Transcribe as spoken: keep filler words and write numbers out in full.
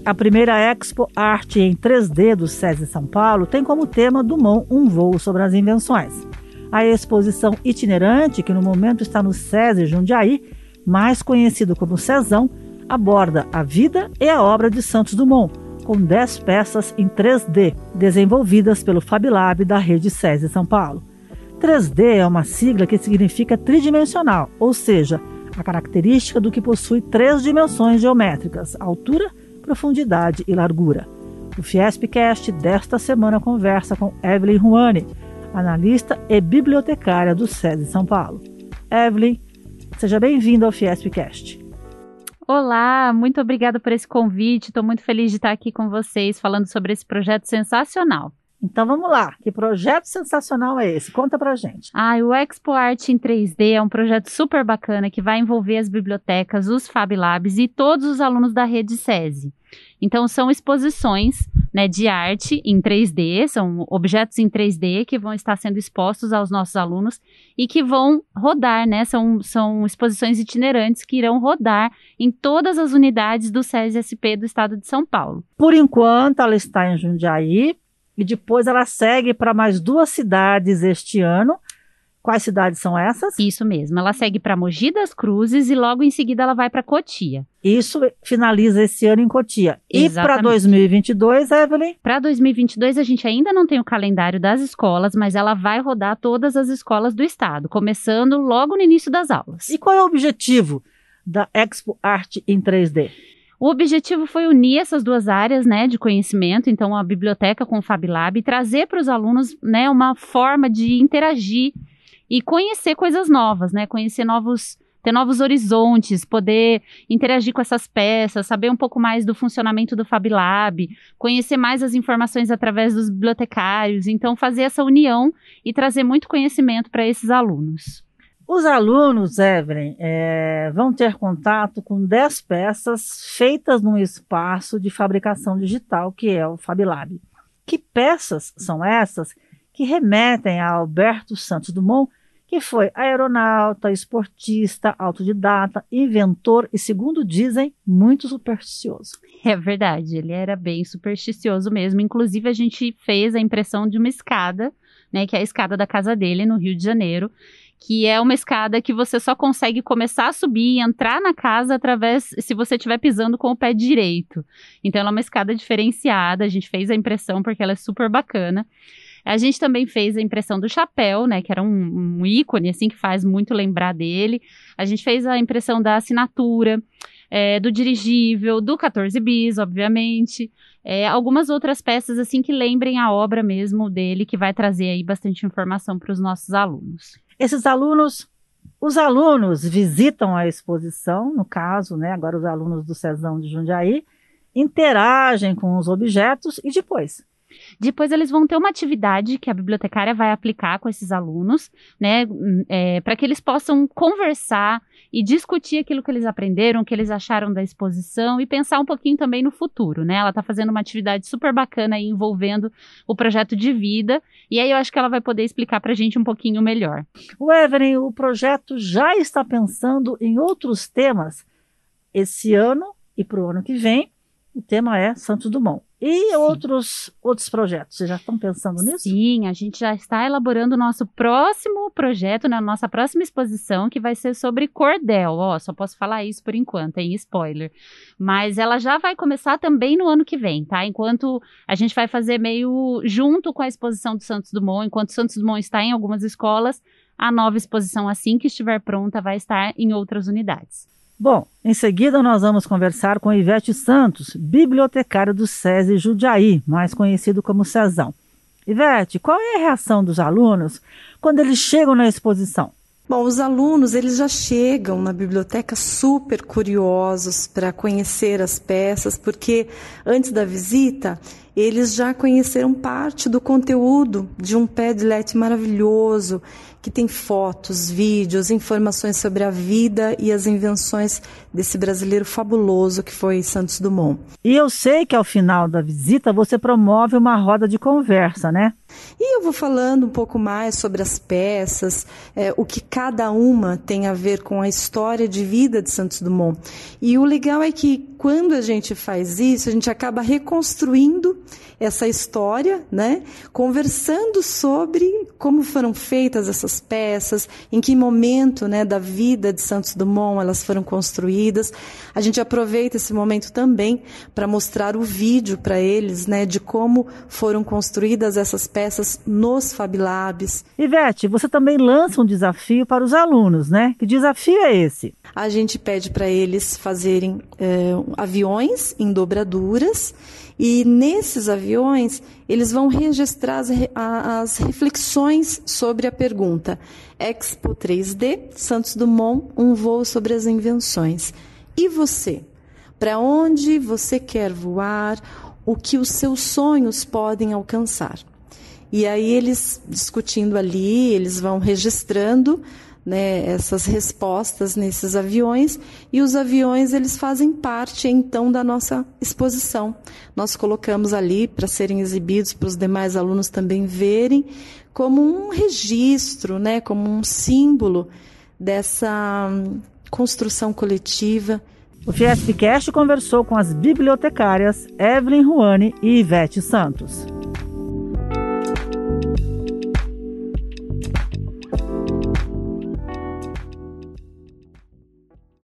A primeira Expo Arte em três D do SESI São Paulo tem como tema Dumont, um voo sobre as invenções. A exposição itinerante, que no momento está no SESI Jundiaí, mais conhecido como Sesão, aborda a vida e a obra de Santos Dumont, com dez peças em três D, desenvolvidas pelo Fab Lab da rede SESI São Paulo. três D é uma sigla que significa tridimensional, ou seja, a característica do que possui três dimensões geométricas: altura, profundidade e largura. O Fiespcast desta semana conversa com Evelyn Ruani, analista e bibliotecária do SESI São Paulo. Evelyn, seja bem-vinda ao Fiespcast. Olá, muito obrigada por esse convite. Estou muito feliz de estar aqui com vocês falando sobre esse projeto sensacional. Então vamos lá, que projeto sensacional é esse? Conta pra gente. Ah, o Expo Arte em três D é um projeto super bacana que vai envolver as bibliotecas, os Fab Labs e todos os alunos da rede SESI. Então são exposições, né, de arte em três D, são objetos em três D que vão estar sendo expostos aos nossos alunos e que vão rodar, né, são, são exposições itinerantes que irão rodar em todas as unidades do SESI S P do estado de São Paulo. Por enquanto ela está em Jundiaí, e depois ela segue para mais duas cidades este ano. Quais cidades são essas? Isso mesmo, ela segue para Mogi das Cruzes e logo em seguida ela vai para Cotia. Isso finaliza esse ano em Cotia. E para dois mil e vinte e dois, Evelyn? Para dois mil e vinte e dois a gente ainda não tem o calendário das escolas, mas ela vai rodar todas as escolas do estado, começando logo no início das aulas. E qual é o objetivo da Expo Arte em três D? O objetivo foi unir essas duas áreas, né, de conhecimento, então a biblioteca com o Fab Lab, e trazer para os alunos, né, uma forma de interagir e conhecer coisas novas, né, conhecer novos, ter novos horizontes, poder interagir com essas peças, saber um pouco mais do funcionamento do Fab Lab, conhecer mais as informações através dos bibliotecários, então fazer essa união e trazer muito conhecimento para esses alunos. Os alunos, Evelyn, é, vão ter contato com dez peças feitas num espaço de fabricação digital, que é o Fab Lab. Que peças são essas que remetem a Alberto Santos Dumont, que foi aeronauta, esportista, autodidata, inventor e, segundo dizem, muito supersticioso? É verdade, ele era bem supersticioso mesmo. Inclusive, a gente fez a impressão de uma escada, né, que é a escada da casa dele, no Rio de Janeiro, que é uma escada que você só consegue começar a subir e entrar na casa através, se você estiver pisando com o pé direito. Então, ela é uma escada diferenciada, a gente fez a impressão porque ela é super bacana. A gente também fez a impressão do chapéu, né, que era um, um ícone, assim, que faz muito lembrar dele. A gente fez a impressão da assinatura, é, do dirigível, do quatorze bis, obviamente. É, algumas outras peças, assim, que lembrem a obra mesmo dele, que vai trazer aí bastante informação para os nossos alunos. Esses alunos, os alunos visitam a exposição, no caso, né, agora os alunos do Sesão de Jundiaí, interagem com os objetos e depois? Depois eles vão ter uma atividade que a bibliotecária vai aplicar com esses alunos, né, é, para que eles possam conversar e discutir aquilo que eles aprenderam, o que eles acharam da exposição e pensar um pouquinho também no futuro, né? Ela está fazendo uma atividade super bacana aí envolvendo o projeto de vida, e aí eu acho que ela vai poder explicar para a gente um pouquinho melhor. O Evelyn, o projeto já está pensando em outros temas esse ano e para o ano que vem. O tema é Santos Dumont. E outros, outros projetos, vocês já estão pensando nisso? Sim, a gente já está elaborando o nosso próximo projeto, na nossa próxima exposição, que vai ser sobre cordel. Ó, só posso falar isso por enquanto, hein? Spoiler. Mas ela já vai começar também no ano que vem, tá? Enquanto a gente vai fazer meio junto com a exposição do Santos Dumont, enquanto Santos Dumont está em algumas escolas, a nova exposição, assim que estiver pronta, vai estar em outras unidades. Bom, em seguida nós vamos conversar com Ivete Santos, bibliotecária do SESI Jundiaí, mais conhecido como Sesão. Ivete, qual é a reação dos alunos quando eles chegam na exposição? Bom, os alunos, eles já chegam na biblioteca super curiosos para conhecer as peças, porque antes da visita, eles já conheceram parte do conteúdo de um Padlet maravilhoso, que tem fotos, vídeos, informações sobre a vida e as invenções desse brasileiro fabuloso que foi Santos Dumont. E eu sei que ao final da visita você promove uma roda de conversa, né? E eu vou falando um pouco mais sobre as peças, é, o que cada uma tem a ver com a história de vida de Santos Dumont. E o legal é que quando a gente faz isso, a gente acaba reconstruindo essa história, né? Conversando sobre como foram feitas essas peças, em que momento, né, da vida de Santos Dumont elas foram construídas. A gente aproveita esse momento também para mostrar o vídeo para eles, né, de como foram construídas essas peças nos Fab Labs. Ivete, você também lança um desafio para os alunos, né? Que desafio é esse? A gente pede para eles fazerem é, aviões em dobraduras e nesses aviões eles vão registrar as, as reflexões sobre a pergunta Expo três D, Santos Dumont, um voo sobre as invenções. E você? Para onde você quer voar? O que os seus sonhos podem alcançar? E aí eles discutindo ali, eles vão registrando, né, essas respostas nesses aviões, e os aviões eles fazem parte então da nossa exposição. Nós colocamos ali para serem exibidos para os demais alunos também verem como um registro, né, como um símbolo dessa hum, construção coletiva. O Fiespcast conversou com as bibliotecárias Evelyn Ruani e Ivete Santos.